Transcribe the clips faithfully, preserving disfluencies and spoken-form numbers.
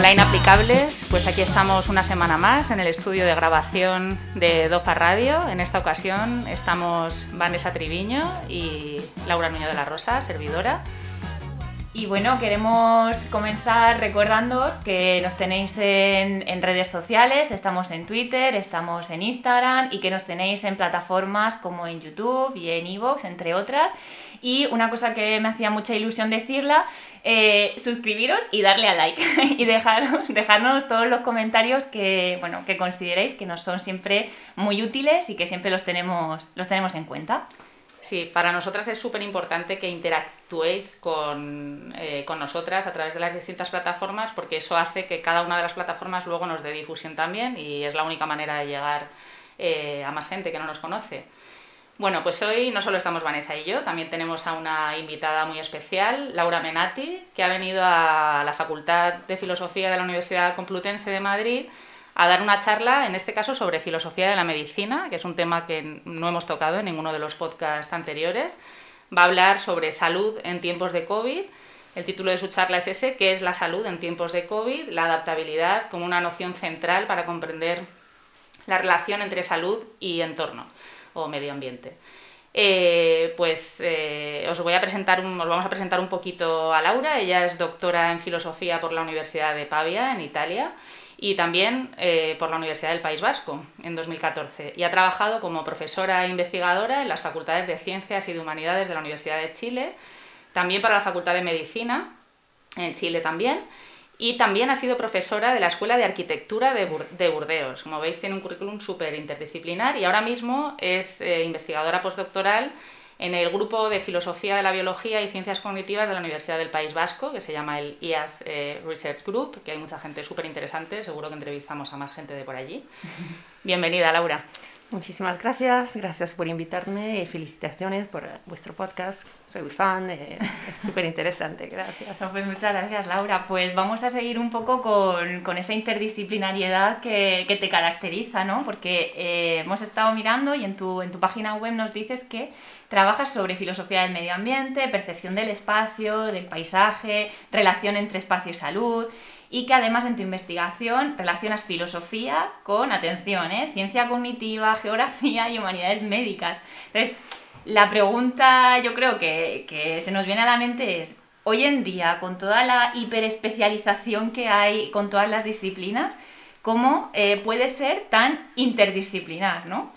Hola inaplicables, pues aquí estamos una semana más en el estudio de grabación de Dofa Radio. En esta ocasión estamos Vanessa Triviño y Laura Nuño de la Rosa, servidora. Y bueno, queremos comenzar recordándoos que nos tenéis en, en redes sociales, estamos en Twitter, estamos en Instagram y que nos tenéis en plataformas como en YouTube y en iVoox, entre otras. Y una cosa que me hacía mucha ilusión decirla, eh, suscribiros y darle a like y dejaros, dejarnos todos los comentarios que, bueno, que consideréis que nos son siempre muy útiles y que siempre los tenemos, los tenemos en cuenta. Sí, para nosotras es súper importante que interactuéis con, eh, con nosotras a través de las distintas plataformas, porque eso hace que cada una de las plataformas luego nos dé difusión también y es la única manera de llegar eh, a más gente que no nos conoce. Bueno, pues hoy no solo estamos Vanessa y yo, también tenemos a una invitada muy especial, Laura Menati, que ha venido a la Facultad de Filosofía de la Universidad Complutense de Madrid a dar una charla, en este caso, sobre filosofía de la medicina, que es un tema que no hemos tocado en ninguno de los podcasts anteriores. Va a hablar sobre salud en tiempos de COVID. El título de su charla es ese, ¿qué es la salud en tiempos de COVID? La adaptabilidad como una noción central para comprender la relación entre salud y entorno o medio ambiente. Eh, pues eh, os voy a presentar un, os vamos a presentar un poquito a Laura. Ella es doctora en filosofía por la Universidad de Pavia, en Italia, y también eh, por la Universidad del País Vasco en dos mil catorce, y ha trabajado como profesora e investigadora en las facultades de Ciencias y de Humanidades de la Universidad de Chile, también para la Facultad de Medicina en Chile también, y también ha sido profesora de la Escuela de Arquitectura de, Bur- de Burdeos. Como veis, tiene un currículum súper interdisciplinar y ahora mismo es eh, investigadora postdoctoral en el grupo de Filosofía de la Biología y Ciencias Cognitivas de la Universidad del País Vasco, que se llama el I A S eh, Research Group, que hay mucha gente súper interesante, seguro que entrevistamos a más gente de por allí. Bienvenida, Laura. Muchísimas gracias, gracias por invitarme y felicitaciones por vuestro podcast. Soy muy fan, eh, es súper interesante, gracias. No, pues muchas gracias, Laura. Pues vamos a seguir un poco con, con esa interdisciplinariedad que, que te caracteriza, ¿no? Porque eh, hemos estado mirando y en tu, en tu página web nos dices que trabajas sobre filosofía del medio ambiente, percepción del espacio, del paisaje, relación entre espacio y salud, y que además en tu investigación relacionas filosofía con, atención, ¿eh? Ciencia cognitiva, geografía y humanidades médicas. Entonces, la pregunta yo creo que, que se nos viene a la mente es, hoy en día, con toda la hiperespecialización que hay con todas las disciplinas, ¿cómo eh, puede ser tan interdisciplinar, ¿no?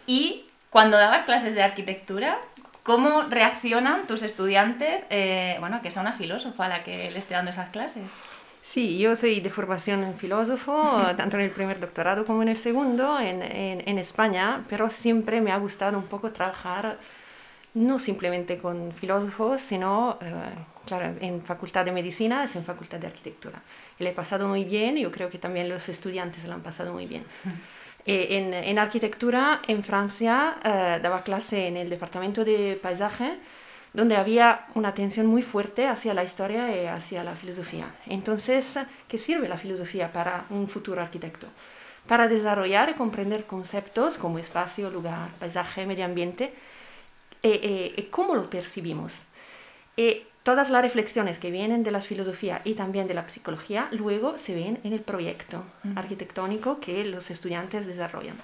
Y cuando dabas clases de arquitectura, ¿cómo reaccionan tus estudiantes, eh, bueno, que es una filósofa a la que le esté dando esas clases? Sí, yo soy de formación filósofo, tanto en el primer doctorado como en el segundo, en, en, en España, pero siempre me ha gustado un poco trabajar no simplemente con filósofos, sino, eh, claro, en facultad de medicina, es en facultad de arquitectura. Y le he pasado muy bien, y yo creo que también los estudiantes lo han pasado muy bien. Eh, en, en arquitectura, en Francia, eh, daba clase en el departamento de paisaje, donde había una atención muy fuerte hacia la historia y hacia la filosofía. Entonces, ¿qué sirve la filosofía para un futuro arquitecto? Para desarrollar y comprender conceptos como espacio, lugar, paisaje, medio ambiente, y eh, eh, eh, cómo lo percibimos. Y todas las reflexiones que vienen de la filosofía y también de la psicología luego se ven en el proyecto uh-huh. arquitectónico que los estudiantes desarrollan.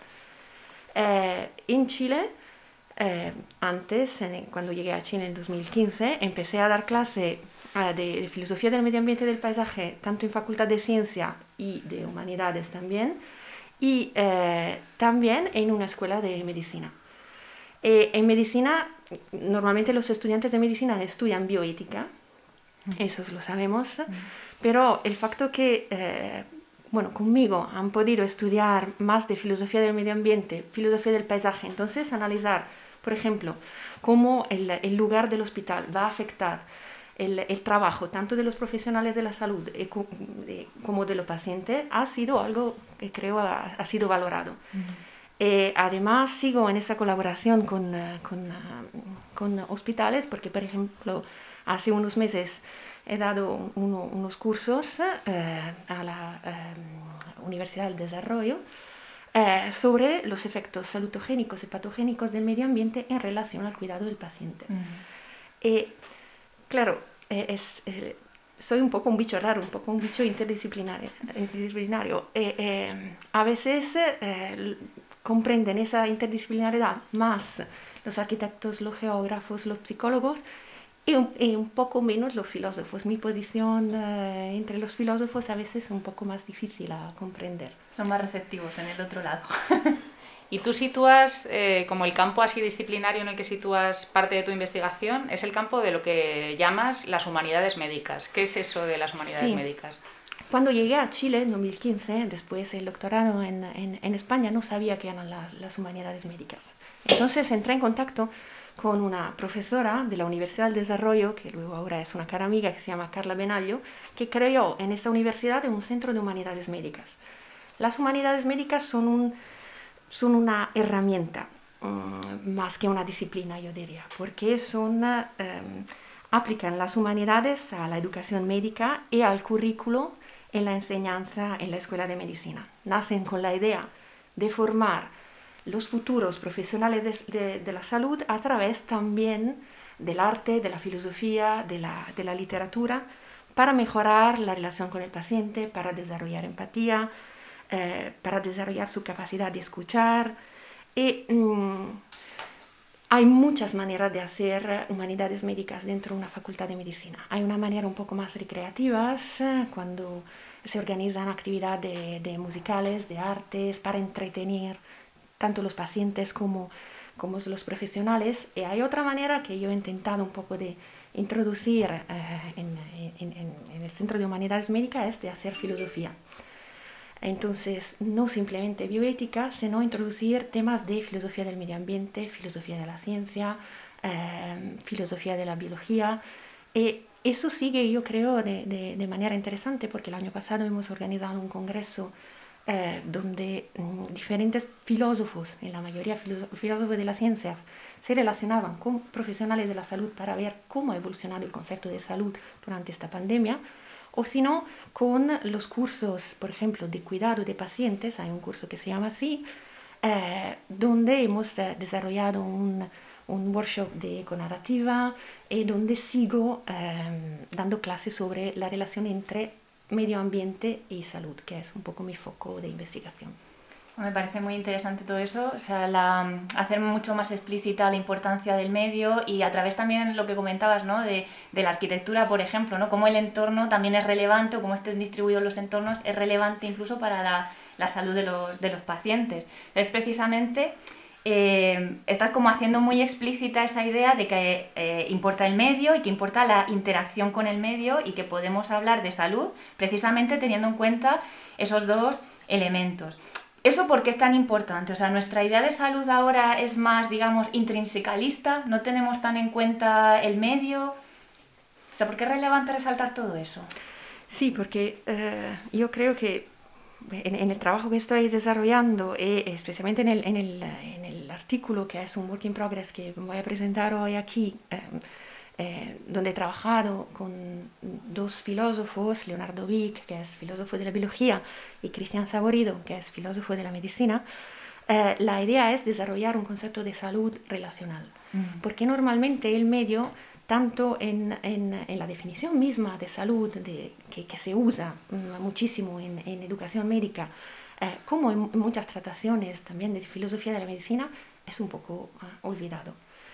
Eh, en Chile, Eh, antes, en, cuando llegué a Chile en dos mil quince, empecé a dar clase uh, de, de filosofía del medio ambiente y del paisaje, tanto en facultad de ciencia y de humanidades también, y eh, también en una escuela de medicina. Eh, en medicina, normalmente los estudiantes de medicina estudian bioética, mm. eso lo sabemos, mm. pero el facto que eh, bueno, conmigo han podido estudiar más de filosofía del medio ambiente, filosofía del paisaje, entonces analizar, por ejemplo, cómo el, el lugar del hospital va a afectar el, el trabajo tanto de los profesionales de la salud como de los pacientes, ha sido algo que creo ha, ha sido valorado. Uh-huh. Eh, además, sigo en esa colaboración con, uh, con, uh, con hospitales, porque, por ejemplo, hace unos meses he dado uno, unos cursos eh, a la eh, Universidad del Desarrollo eh, sobre los efectos salutogénicos y patogénicos del medio ambiente en relación al cuidado del paciente. Uh-huh. Eh, claro, eh, es, eh, soy un poco un bicho raro, un poco un bicho interdisciplinario. interdisciplinario. Eh, eh, a veces eh, comprenden esa interdisciplinariedad más los arquitectos, los geógrafos, los psicólogos y un, y un poco menos los filósofos. Mi posición eh, entre los filósofos a veces es un poco más difícil a comprender. Son más receptivos en el otro lado. ¿Y tú sitúas, eh, como el campo así disciplinario en el que sitúas parte de tu investigación, es el campo de lo que llamas las humanidades médicas? ¿Qué es eso de las humanidades Sí. médicas? Cuando llegué a Chile en dos mil quince, después del doctorado en, en, en España, no sabía qué eran las, las humanidades médicas. Entonces entré en contacto con una profesora de la Universidad del Desarrollo, que luego ahora es una cara amiga, que se llama Carla Benaglio, que creó en esta universidad un centro de humanidades médicas. Las humanidades médicas son, un, son una herramienta, um, más que una disciplina, yo diría, porque son, um, aplican las humanidades a la educación médica y al currículo en la enseñanza en la escuela de medicina. Nacen con la idea de formar los futuros profesionales de, de, de la salud a través también del arte, de la filosofía, de la, de la literatura, para mejorar la relación con el paciente, para desarrollar empatía, eh, para desarrollar su capacidad de escuchar. Y mmm, hay muchas maneras de hacer humanidades médicas dentro de una facultad de medicina. Hay una manera un poco más recreativa, cuando se organizan actividades de, de musicales, de artes, para entretener tanto los pacientes como, como los profesionales. Y hay otra manera que yo he intentado un poco de introducir eh, en, en, en, en el Centro de Humanidades Médicas, es de hacer filosofía. Entonces, no simplemente bioética, sino introducir temas de filosofía del medio ambiente, filosofía de la ciencia, eh, filosofía de la biología. Y eso sigue, yo creo, de, de, de manera interesante, porque el año pasado hemos organizado un congreso eh, donde mm, diferentes filósofos, en la mayoría filósofos de la ciencia, se relacionaban con profesionales de la salud para ver cómo ha evolucionado el concepto de salud durante esta pandemia. O si no, con los cursos, por ejemplo, de cuidado de pacientes, hay un curso que se llama así, eh, donde hemos eh, desarrollado un, un workshop de econarrativa y donde sigo eh, dando clases sobre la relación entre medio ambiente y salud, que es un poco mi foco de investigación. Me parece muy interesante todo eso, o sea, la, hacer mucho más explícita la importancia del medio y a través también lo que comentabas, ¿no? de, de la arquitectura, por ejemplo, ¿no? Cómo el entorno también es relevante o cómo estén distribuidos los entornos es relevante incluso para la, la salud de los, de los pacientes. Es precisamente, eh, estás como haciendo muy explícita esa idea de que eh, importa el medio y que importa la interacción con el medio y que podemos hablar de salud precisamente teniendo en cuenta esos dos elementos. ¿Eso por qué es tan importante? O sea, nuestra idea de salud ahora es más, digamos, intrinsecalista, no tenemos tan en cuenta el medio. O sea, ¿por qué es relevante resaltar todo eso? Sí, porque eh, yo creo que en, en el trabajo que estoy desarrollando, eh, especialmente en el, en, el, en el artículo que es un work in progress que voy a presentar hoy aquí, eh, Eh, donde he trabajado con dos filósofos, Leonardo Wick, que es filósofo de la biología, y Cristian Saborido, que es filósofo de la medicina, eh, la idea es desarrollar un concepto de salud relacional. Mm. Porque normalmente el medio, tanto en, en, en la definición misma de salud, de, que, que se usa mm, muchísimo en, en educación médica, eh, como en, en muchas trataciones también de filosofía de la medicina, es un poco uh, olvidado.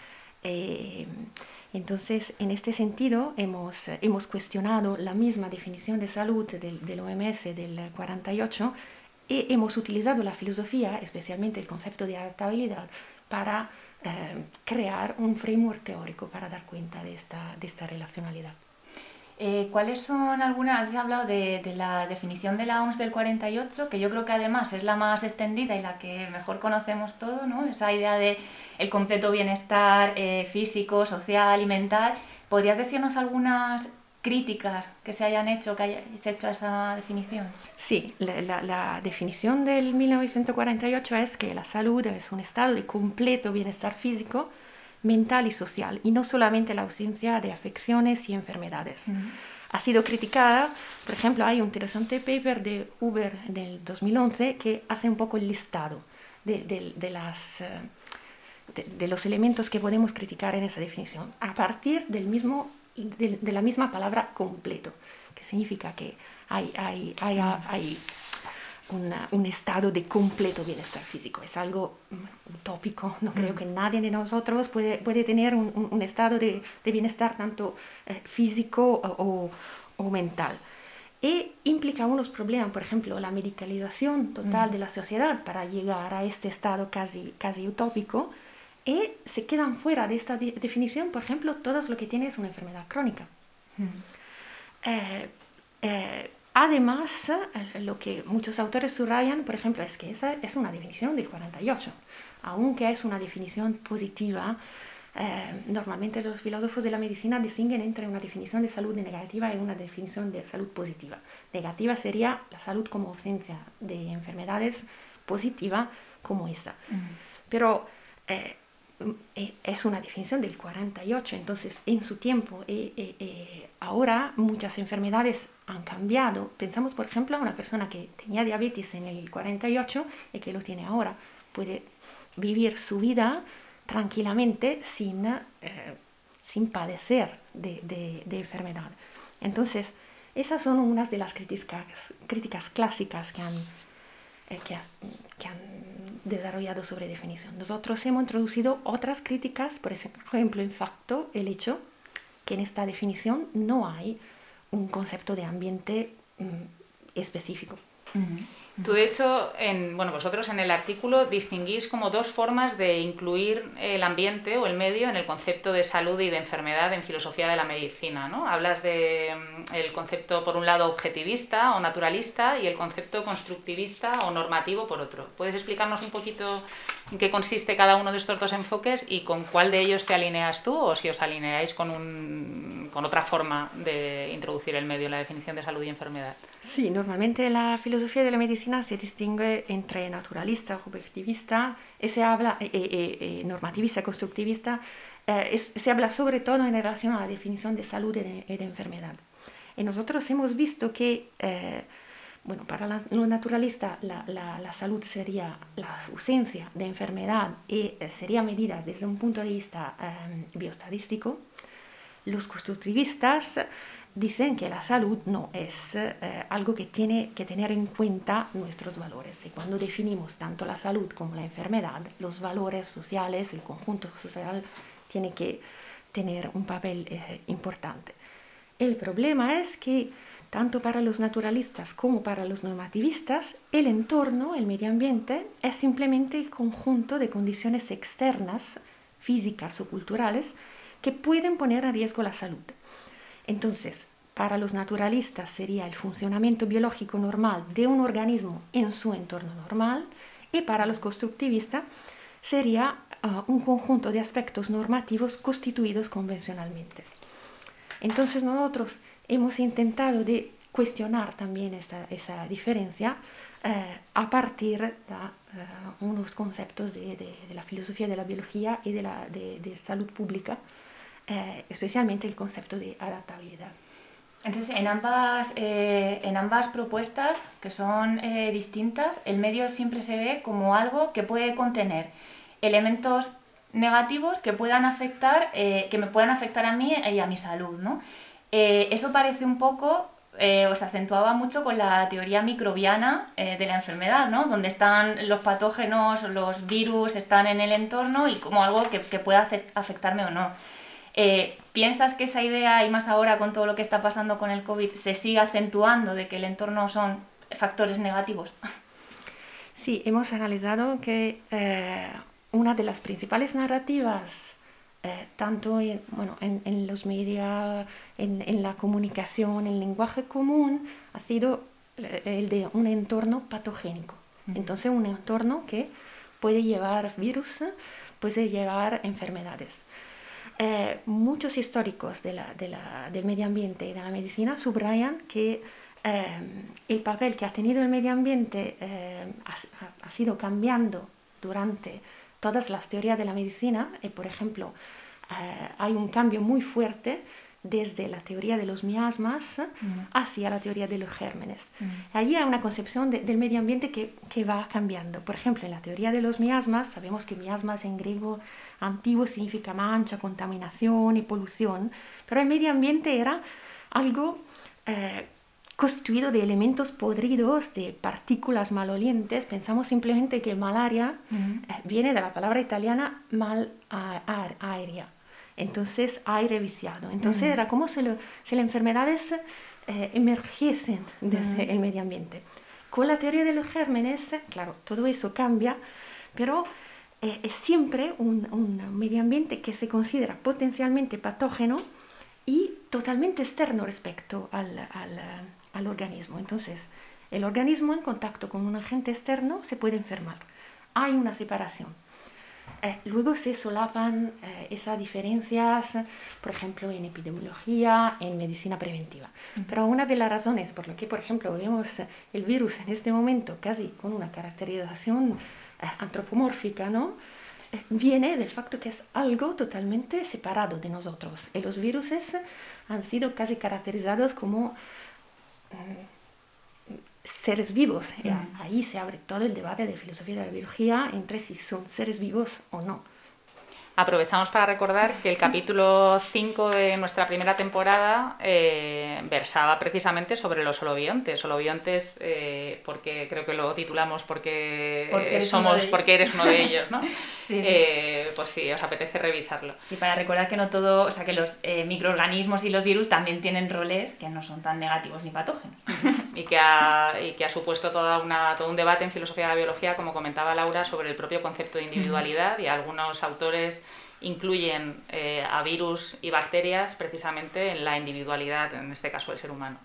Eh, entonces, en este sentido, hemos, hemos cuestionado la misma definición de salud del, del O M S del cuarenta y ocho y hemos utilizado la filosofía, especialmente el concepto de adaptabilidad, para eh, crear un framework teórico para dar cuenta de esta, de esta relacionalidad. Eh, ¿Cuáles son algunas? Has hablado de, de la definición de la O M S del cuarenta y ocho, que yo creo que además es la más extendida y la que mejor conocemos todo, ¿no? Esa idea de el completo bienestar eh, físico, social y mental. ¿Podrías decirnos algunas críticas que se hayan hecho, que hayáis hecho a esa definición? Sí, la, la, la definición del mil novecientos cuarenta y ocho es que la salud es un estado de completo bienestar físico, mental y social, y no solamente la ausencia de afecciones y enfermedades. Uh-huh. Ha sido criticada, por ejemplo, hay un interesante paper de Uber del dos mil once que hace un poco el listado de, de, de, las, de, de los elementos que podemos criticar en esa definición, a partir del mismo de, de la misma palabra completo, que significa que hay, hay, hay, hay una, un estado de completo bienestar físico. Es algo utópico, no creo que nadie de nosotros puede, puede tener un, un, un estado de, de bienestar tanto eh, físico o, o mental. Y implica unos problemas, por ejemplo, la medicalización total mm. de la sociedad para llegar a este estado casi, casi utópico, y se quedan fuera de esta de- definición, por ejemplo, todo lo que tiene es una enfermedad crónica. Mm. Eh, eh, además, lo que muchos autores subrayan, por ejemplo, es que esa es una definición del cuarenta y ocho, aunque es una definición positiva. Eh, normalmente los filósofos de la medicina distinguen entre una definición de salud negativa y una definición de salud positiva. Negativa sería la salud como ausencia de enfermedades, positiva como esa. Uh-huh. Pero eh, es una definición del cuarenta y ocho, entonces en su tiempo, eh, eh, eh, ahora muchas enfermedades han cambiado. Pensamos, por ejemplo, a una persona que tenía diabetes en el cuarenta y ocho y que lo tiene ahora. Puede vivir su vida tranquilamente sin, eh, sin padecer de, de, de enfermedad. Entonces, esas son unas de las críticas, críticas clásicas que han, eh, que, que han desarrollado sobre definición. Nosotros hemos introducido otras críticas, por ejemplo, en facto, el hecho que en esta definición no hay un concepto de ambiente mm, específico. Uh-huh. Tú, de hecho, en, bueno, vosotros en el artículo distinguís como dos formas de incluir el ambiente o el medio en el concepto de salud y de enfermedad en filosofía de la medicina, ¿no? Hablas del concepto, por un lado, objetivista o naturalista y el concepto constructivista o normativo, por otro. ¿Puedes explicarnos un poquito en qué consiste cada uno de estos dos enfoques y con cuál de ellos te alineas tú, o si os alineáis con, un, con otra forma de introducir el medio en la definición de salud y enfermedad? Sí, normalmente la filosofía de la medicina se distingue entre naturalista, objetivista, y se habla, eh, eh, eh, normativista, constructivista, eh, es, se habla sobre todo en relación a la definición de salud y de, y de enfermedad. Y nosotros hemos visto que, eh, bueno, para la, los naturalistas la, la, la salud sería la ausencia de enfermedad y eh, sería medida desde un punto de vista eh, bioestadístico. Los constructivistas dicen que la salud no es eh, algo que tiene que tener en cuenta nuestros valores. Y cuando definimos tanto la salud como la enfermedad, los valores sociales, el conjunto social, tiene que tener un papel eh, importante. El problema es que tanto para los naturalistas como para los normativistas, el entorno, el medio ambiente, es simplemente el conjunto de condiciones externas, físicas o culturales, que pueden poner en riesgo la salud. Entonces, para los naturalistas sería el funcionamiento biológico normal de un organismo en su entorno normal, y para los constructivistas sería uh, un conjunto de aspectos normativos constituidos convencionalmente. Entonces nosotros hemos intentado de cuestionar también esta, esa diferencia eh, a partir de uh, unos conceptos de, de, de la filosofía de la biología y de, la, de, de salud pública, eh, especialmente el concepto de adaptabilidad. Entonces, en ambas, eh, en ambas propuestas, que son eh, distintas, el medio siempre se ve como algo que puede contener elementos negativos que puedan afectar, eh, que me puedan afectar a mí y a mi salud, ¿no? Eh, eso parece un poco, eh, os acentuaba mucho con la teoría microbiana eh, de la enfermedad, ¿no? Donde están los patógenos, los virus, están en el entorno y como algo que, que pueda afectarme o no. Eh, ¿Piensas que esa idea, y más ahora con todo lo que está pasando con el COVID, se sigue acentuando de que el entorno son factores negativos? Sí, hemos analizado que eh, una de las principales narrativas, eh, tanto en, bueno, en, en los medios, en, en la comunicación, en el lenguaje común, ha sido el de un entorno patogénico. Uh-huh. Entonces, un entorno que puede llevar virus, puede llevar enfermedades. Eh, muchos históricos de la, de la, del medio ambiente y de la medicina subrayan que eh, el papel que ha tenido el medio ambiente eh, ha, ha sido cambiando durante todas las teorías de la medicina. Y, por ejemplo, eh, hay un cambio muy fuerte desde la teoría de los miasmas Mm. hacia la teoría de los gérmenes. Mm. Allí hay una concepción de- del medio ambiente que, que va cambiando. Por ejemplo, en la teoría de los miasmas, sabemos que miasmas en griego antiguo significa mancha, contaminación y polución, pero el medio ambiente era algo eh, constituido de elementos podridos, de partículas malolientes. Pensamos simplemente que malaria Mm. eh, viene de la palabra italiana mal a- a- aérea, entonces aire viciado. Entonces Mm. era como si, lo- si las enfermedades eh, emergiesen desde Mm. el medio ambiente. Con la teoría de los gérmenes, claro, todo eso cambia, pero eh, es siempre un, un medio ambiente que se considera potencialmente patógeno y totalmente externo respecto al, al, al organismo. Entonces, el organismo en contacto con un agente externo se puede enfermar. Hay una separación. Eh, luego se solapan eh, esas diferencias, por ejemplo, en epidemiología, en medicina preventiva. Pero una de las razones por las que, por ejemplo, vemos el virus en este momento casi con una caracterización eh, antropomórfica, ¿no? Eh, viene del facto que es algo totalmente separado de nosotros. Y los virus han sido casi caracterizados como mm, seres vivos. Y a- Mm. ahí se abre todo el debate de filosofía de la biología entre si son seres vivos o no. Aprovechamos para recordar que el capítulo cinco de nuestra primera temporada eh, versaba precisamente sobre los holobiontes. Holobiontes, eh, porque creo que lo titulamos porque, Porque eres somos, uno de ellos. porque eres uno de ellos, ¿no? Sí, sí. Eh, pues sí, os apetece revisarlo. Sí, para recordar que no todo, o sea, que los eh, microorganismos y los virus también tienen roles que no son tan negativos ni patógenos. Y que, ha, y que ha supuesto toda una, todo un debate en filosofía de la biología, como comentaba Laura, sobre el propio concepto de individualidad, y algunos autores incluyen eh, a virus y bacterias precisamente en la individualidad, en este caso del ser humano.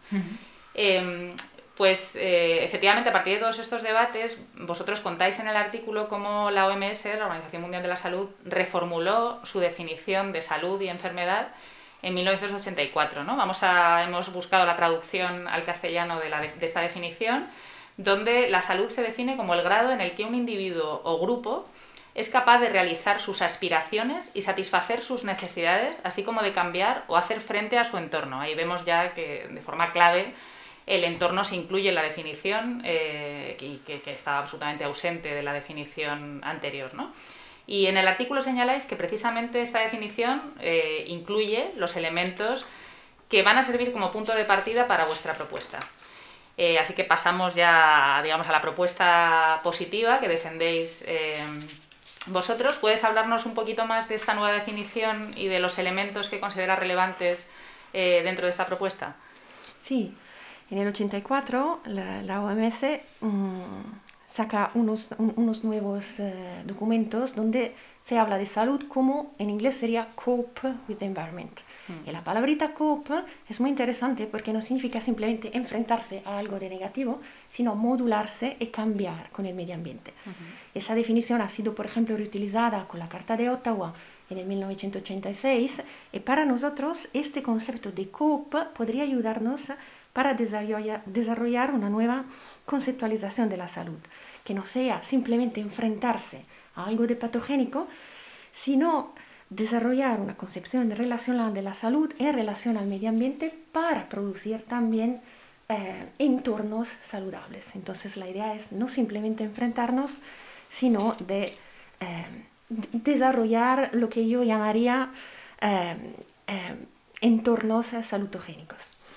Eh, pues eh, efectivamente, a partir de todos estos debates, vosotros contáis en el artículo cómo la O M S, la Organización Mundial de la Salud, reformuló su definición de salud y enfermedad en mil novecientos ochenta y cuatro, ¿no? Vamos a, hemos buscado la traducción al castellano de, la, de esta definición, donde la salud se define como el grado en el que un individuo o grupo es capaz de realizar sus aspiraciones y satisfacer sus necesidades, así como de cambiar o hacer frente a su entorno. Ahí vemos ya que de forma clave el entorno se incluye en la definición eh, y que, que estaba absolutamente ausente de la definición anterior, ¿no? Y en el artículo señaláis que precisamente esta definición eh, incluye los elementos que van a servir como punto de partida para vuestra propuesta. Eh, así que pasamos ya, digamos, a la propuesta positiva que defendéis eh, vosotros. ¿Puedes hablarnos un poquito más de esta nueva definición y de los elementos que consideras relevantes eh, dentro de esta propuesta? Sí, en el ochenta y cuatro la, la O M S mmm, saca unos, un, unos nuevos eh, documentos donde se habla de salud como en inglés sería cope with the environment. Mm. Y la palabrita cope es muy interesante porque no significa simplemente enfrentarse a algo de negativo, sino modularse y cambiar con el medio ambiente. Uh-huh. Esa definición ha sido, por ejemplo, reutilizada con la Carta de Ottawa en el mil novecientos ochenta y seis, y para nosotros este concepto de cope podría ayudarnos para desarrollar, desarrollar una nueva conceptualización de la salud, que no sea simplemente enfrentarse a algo de patogénico, sino desarrollar una concepción relacional de la salud en relación al medio ambiente para producir también eh, entornos saludables. Entonces la idea es no simplemente enfrentarnos, sino de eh, desarrollar lo que yo llamaría eh, eh, entornos salutogénicos.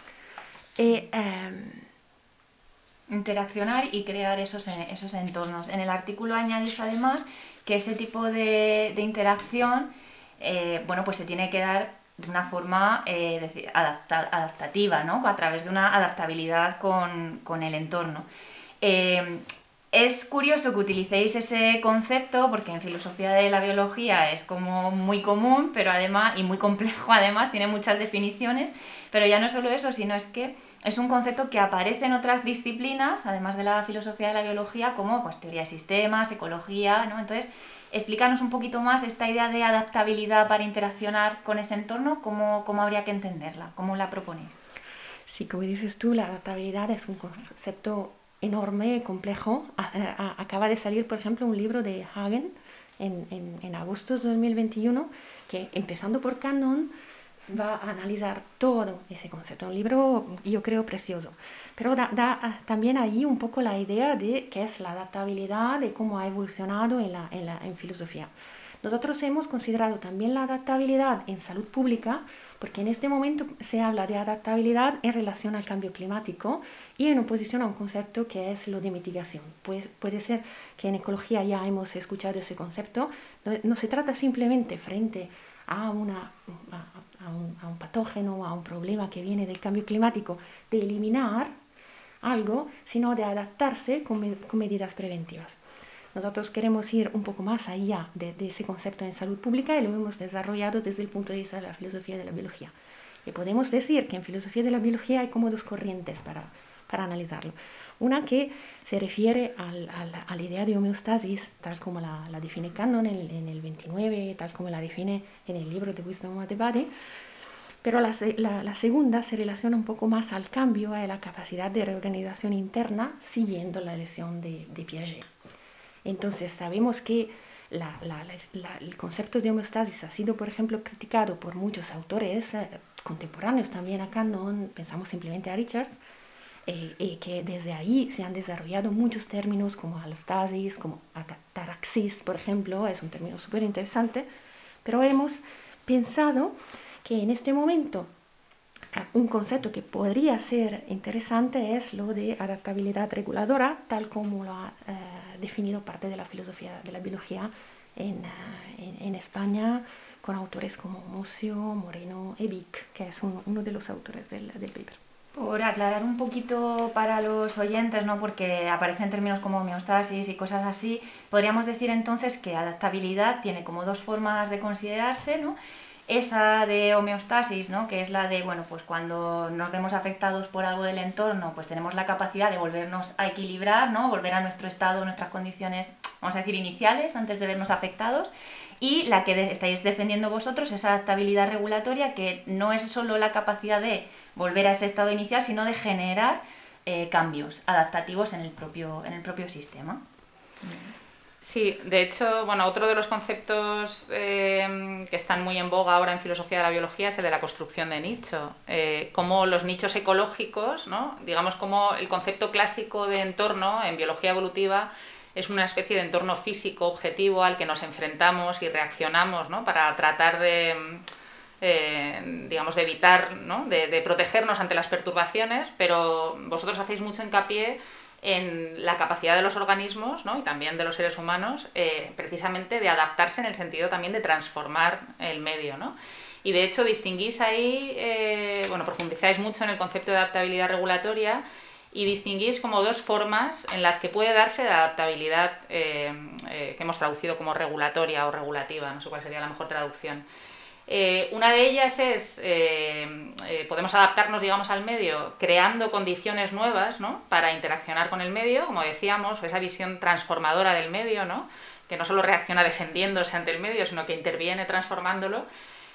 Eh, eh, Interaccionar y crear esos, esos entornos. En el artículo añadís además que ese tipo de, de interacción eh, bueno, pues se tiene que dar de una forma eh, decir, adapta, adaptativa, ¿no? A través de una adaptabilidad con, con el entorno. Eh, es curioso que utilicéis ese concepto porque en filosofía de la biología es como muy común, pero además, y muy complejo además, tiene muchas definiciones, pero ya no solo eso, sino es que es un concepto que aparece en otras disciplinas, además de la filosofía de la biología, como pues, teoría de sistemas, ecología, ¿no? Entonces, explícanos un poquito más esta idea de adaptabilidad para interaccionar con ese entorno, cómo, cómo habría que entenderla, cómo la proponéis. Sí, como dices tú, la adaptabilidad es un concepto enorme, complejo. Acaba de salir, por ejemplo, un libro de Hagen en, en, en agosto de dos mil veintiuno, que empezando por Cannon, va a analizar todo ese concepto. Un libro, yo creo, precioso. Pero da, da también ahí un poco la idea de qué es la adaptabilidad, de cómo ha evolucionado en, la, en, la, en filosofía. Nosotros hemos considerado también la adaptabilidad en salud pública, porque en este momento se habla de adaptabilidad en relación al cambio climático y en oposición a un concepto que es lo de mitigación. Puede, puede ser que en ecología ya hemos escuchado ese concepto. No, no se trata simplemente frente a, una, a, a, un, a un patógeno, a un problema que viene del cambio climático, de eliminar algo, sino de adaptarse con, med con medidas preventivas. Nosotros queremos ir un poco más allá de, de ese concepto en salud pública y lo hemos desarrollado desde el punto de vista de la filosofía de la biología. Y podemos decir que en filosofía de la biología hay como dos corrientes para, para analizarlo. Una que se refiere al, al, a la idea de homeostasis, tal como la, la define Cannon en, en el veintinueve, tal como la define en el libro de Wisdom of the Body. Pero la, la, la segunda se relaciona un poco más al cambio, a la capacidad de reorganización interna siguiendo la lección de, de Piaget. Entonces sabemos que la, la, la, el concepto de homeostasis ha sido, por ejemplo, criticado por muchos autores eh, contemporáneos también a Cannon, pensamos simplemente a Richards, eh, y que desde ahí se han desarrollado muchos términos como alostasis, como ataraxis, por ejemplo, es un término súper interesante, pero hemos pensado que en este momento un concepto que podría ser interesante es lo de adaptabilidad reguladora, tal como lo ha eh, definido parte de la filosofía de la biología en, uh, en, en España, con autores como Mosio, Moreno y Vic, que es un, uno de los autores del, del paper. Por aclarar un poquito para los oyentes, ¿no? Porque aparecen términos como homeostasis y cosas así, podríamos decir entonces que adaptabilidad tiene como dos formas de considerarse, ¿no? Esa de homeostasis, ¿no? Que es la de, bueno, pues cuando nos vemos afectados por algo del entorno, pues tenemos la capacidad de volvernos a equilibrar, ¿no? Volver a nuestro estado, nuestras condiciones, vamos a decir, iniciales, antes de vernos afectados. Y la que de, estáis defendiendo vosotros, esa adaptabilidad regulatoria, que no es solo la capacidad de volver a ese estado inicial, sino de generar eh, cambios adaptativos en el propio, en el propio sistema. Sí, de hecho, bueno, otro de los conceptos eh, que están muy en boga ahora en filosofía de la biología es el de la construcción de nicho. Eh, como los nichos ecológicos, ¿no? Digamos como el concepto clásico de entorno en biología evolutiva es una especie de entorno físico objetivo al que nos enfrentamos y reaccionamos, ¿no? Para tratar de, eh, digamos, de evitar, ¿no? de, de protegernos ante las perturbaciones, pero vosotros hacéis mucho hincapié en la capacidad de los organismos, ¿no? Y también de los seres humanos, eh, precisamente de adaptarse en el sentido también de transformar el medio, ¿no? Y de hecho distinguís ahí, eh, bueno, profundizáis mucho en el concepto de adaptabilidad regulatoria y distinguís como dos formas en las que puede darse la adaptabilidad eh, eh, que hemos traducido como regulatoria o regulativa, no sé cuál sería la mejor traducción. Eh, una de ellas es, eh, eh, podemos adaptarnos, digamos, al medio creando condiciones nuevas, ¿no? Para interaccionar con el medio, como decíamos, esa visión transformadora del medio, ¿no? Que no solo reacciona defendiéndose ante el medio, sino que interviene transformándolo.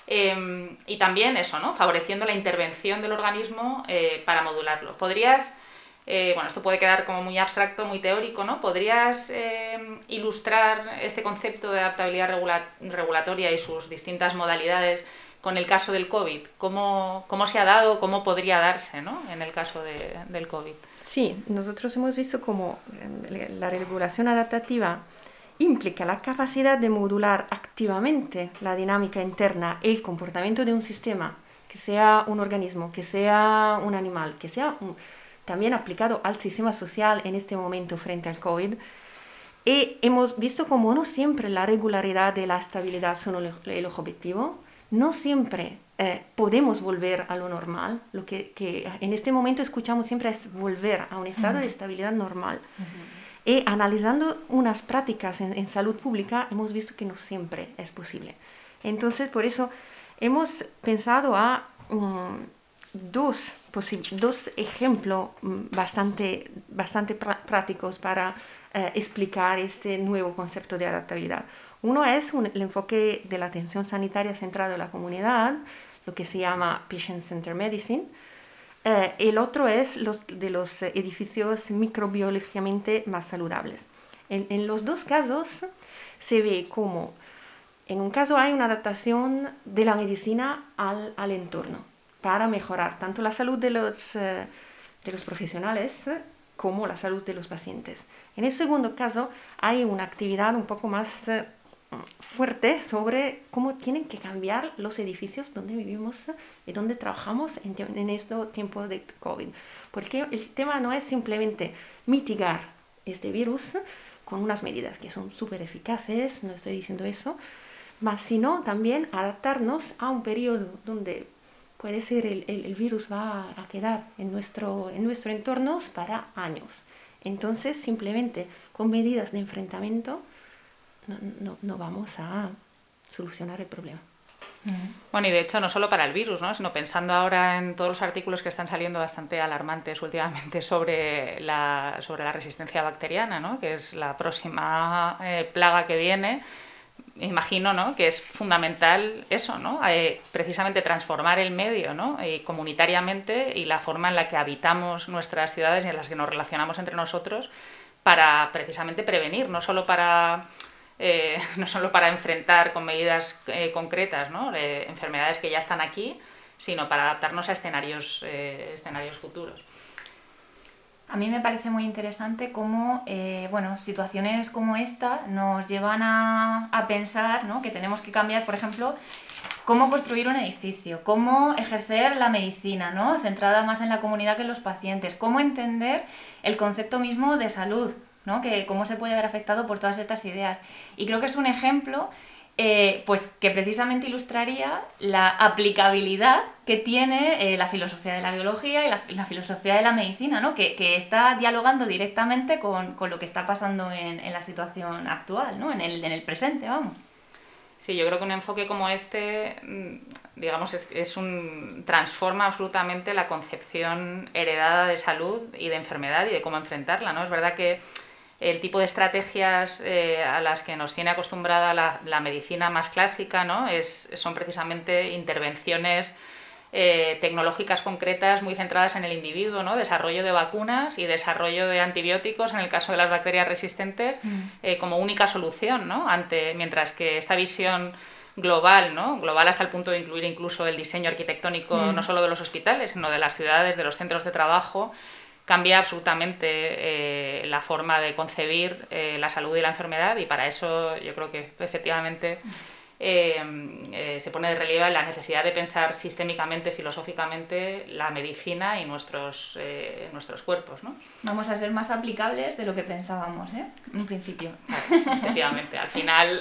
Eh, y también eso, ¿no? Favoreciendo la intervención del organismo eh, para modularlo. ¿Podrías, eh, bueno, esto puede quedar como muy abstracto, muy teórico, ¿no? ¿Podrías eh, ilustrar este concepto de adaptabilidad regula regulatoria y sus distintas modalidades con el caso del COVID? ¿Cómo, cómo se ha dado, cómo podría darse, ¿no? En el caso de, del COVID? Sí, nosotros hemos visto cómo la regulación adaptativa implica la capacidad de modular activamente la dinámica interna y el comportamiento de un sistema, que sea un organismo, que sea un animal, que sea un, también aplicado al sistema social en este momento frente al COVID. Y hemos visto cómo no siempre la regularidad y la estabilidad son el, el objetivo, no siempre eh, podemos volver a lo normal, lo que, que en este momento escuchamos siempre es volver a un estado uh-huh. de estabilidad normal. Uh-huh. Y analizando unas prácticas en, en salud pública hemos visto que no siempre es posible. Entonces, por eso hemos pensado a um, dos, dos ejemplos um, bastante, bastante prácticos para uh, explicar este nuevo concepto de adaptabilidad. Uno es un, el enfoque de la atención sanitaria centrado en la comunidad, lo que se llama Patient-Centered Medicine. Uh, el otro es los, de los edificios microbiológicamente más saludables. En, en los dos casos se ve como En un caso hay una adaptación de la medicina al, al entorno para mejorar tanto la salud de los, eh, de los profesionales como la salud de los pacientes. En el segundo caso hay una actividad un poco más eh, fuerte sobre cómo tienen que cambiar los edificios donde vivimos y donde trabajamos en, en estos tiempos de COVID. Porque el tema no es simplemente mitigar este virus con unas medidas que son súper eficaces, no estoy diciendo eso, mas sino también adaptarnos a un periodo donde puede ser el, el, el virus va a quedar en nuestro, en nuestro entorno para años. Entonces, simplemente con medidas de enfrentamiento no, no, no vamos a solucionar el problema. Bueno, y de hecho no solo para el virus, ¿no? Sino pensando ahora en todos los artículos que están saliendo bastante alarmantes últimamente sobre la, sobre la resistencia bacteriana, ¿no? Que es la próxima eh, plaga que viene. Imagino, ¿no?, que es fundamental eso, ¿no? Eh, precisamente transformar el medio, ¿no?, eh, comunitariamente, y la forma en la que habitamos nuestras ciudades y en las que nos relacionamos entre nosotros, para precisamente prevenir, no solo para, eh, no solo para enfrentar con medidas eh, concretas, ¿no?, eh, enfermedades que ya están aquí, sino para adaptarnos a escenarios, eh, escenarios futuros. A mí me parece muy interesante cómo eh, bueno, situaciones como esta nos llevan a, a pensar, ¿no?, que tenemos que cambiar, por ejemplo, cómo construir un edificio, cómo ejercer la medicina, ¿no?, centrada más en la comunidad que en los pacientes, cómo entender el concepto mismo de salud, ¿no?, que cómo se puede ver afectado por todas estas ideas. Y creo que es un ejemplo eh, pues que precisamente ilustraría la aplicabilidad que tiene eh, la filosofía de la biología y la, la filosofía de la medicina, ¿no?, que, que está dialogando directamente con, con lo que está pasando en, en la situación actual, ¿no?, en el, en el presente, vamos. Sí, yo creo que un enfoque como este, digamos, es, es un, transforma absolutamente la concepción heredada de salud y de enfermedad y de cómo enfrentarla, ¿no? Es verdad que el tipo de estrategias eh, a las que nos tiene acostumbrada la, la medicina más clásica, ¿no?, es, son precisamente intervenciones eh, tecnológicas concretas muy centradas en el individuo, ¿no?, desarrollo de vacunas y desarrollo de antibióticos en el caso de las bacterias resistentes, mm. eh, como única solución, ¿no?, ante, mientras que esta visión global, ¿no?, global hasta el punto de incluir incluso el diseño arquitectónico mm. no solo de los hospitales, sino de las ciudades, de los centros de trabajo, cambia absolutamente eh, la forma de concebir eh, la salud y la enfermedad, y para eso yo creo que efectivamente eh, eh, se pone de relieve la necesidad de pensar sistémicamente, filosóficamente, la medicina y nuestros, eh, nuestros cuerpos, ¿no? Vamos a ser más aplicables de lo que pensábamos, ¿eh?, en un principio. Claro, efectivamente, al final...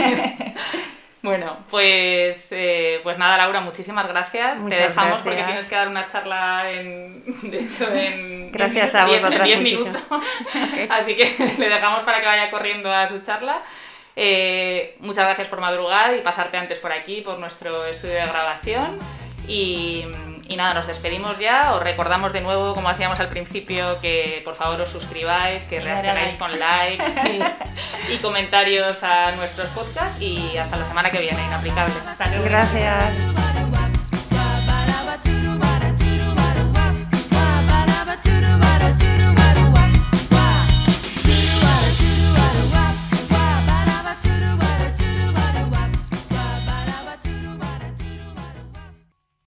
Bueno, pues, eh, pues nada, Laura, muchísimas gracias. Muchas Te dejamos gracias. Porque tienes que dar una charla, en, de hecho, en gracias a vosotras, diez minutos. Okay. Así que le dejamos para que vaya corriendo a su charla. Eh, muchas gracias por madrugar y pasarte antes por aquí, por nuestro estudio de grabación. Y, y nada, nos despedimos ya. Os recordamos de nuevo, como hacíamos al principio, que por favor os suscribáis, que reaccionáis con likes y, y comentarios a nuestros podcasts, y hasta la semana que viene, Inaplicables. Hasta luego. Gracias.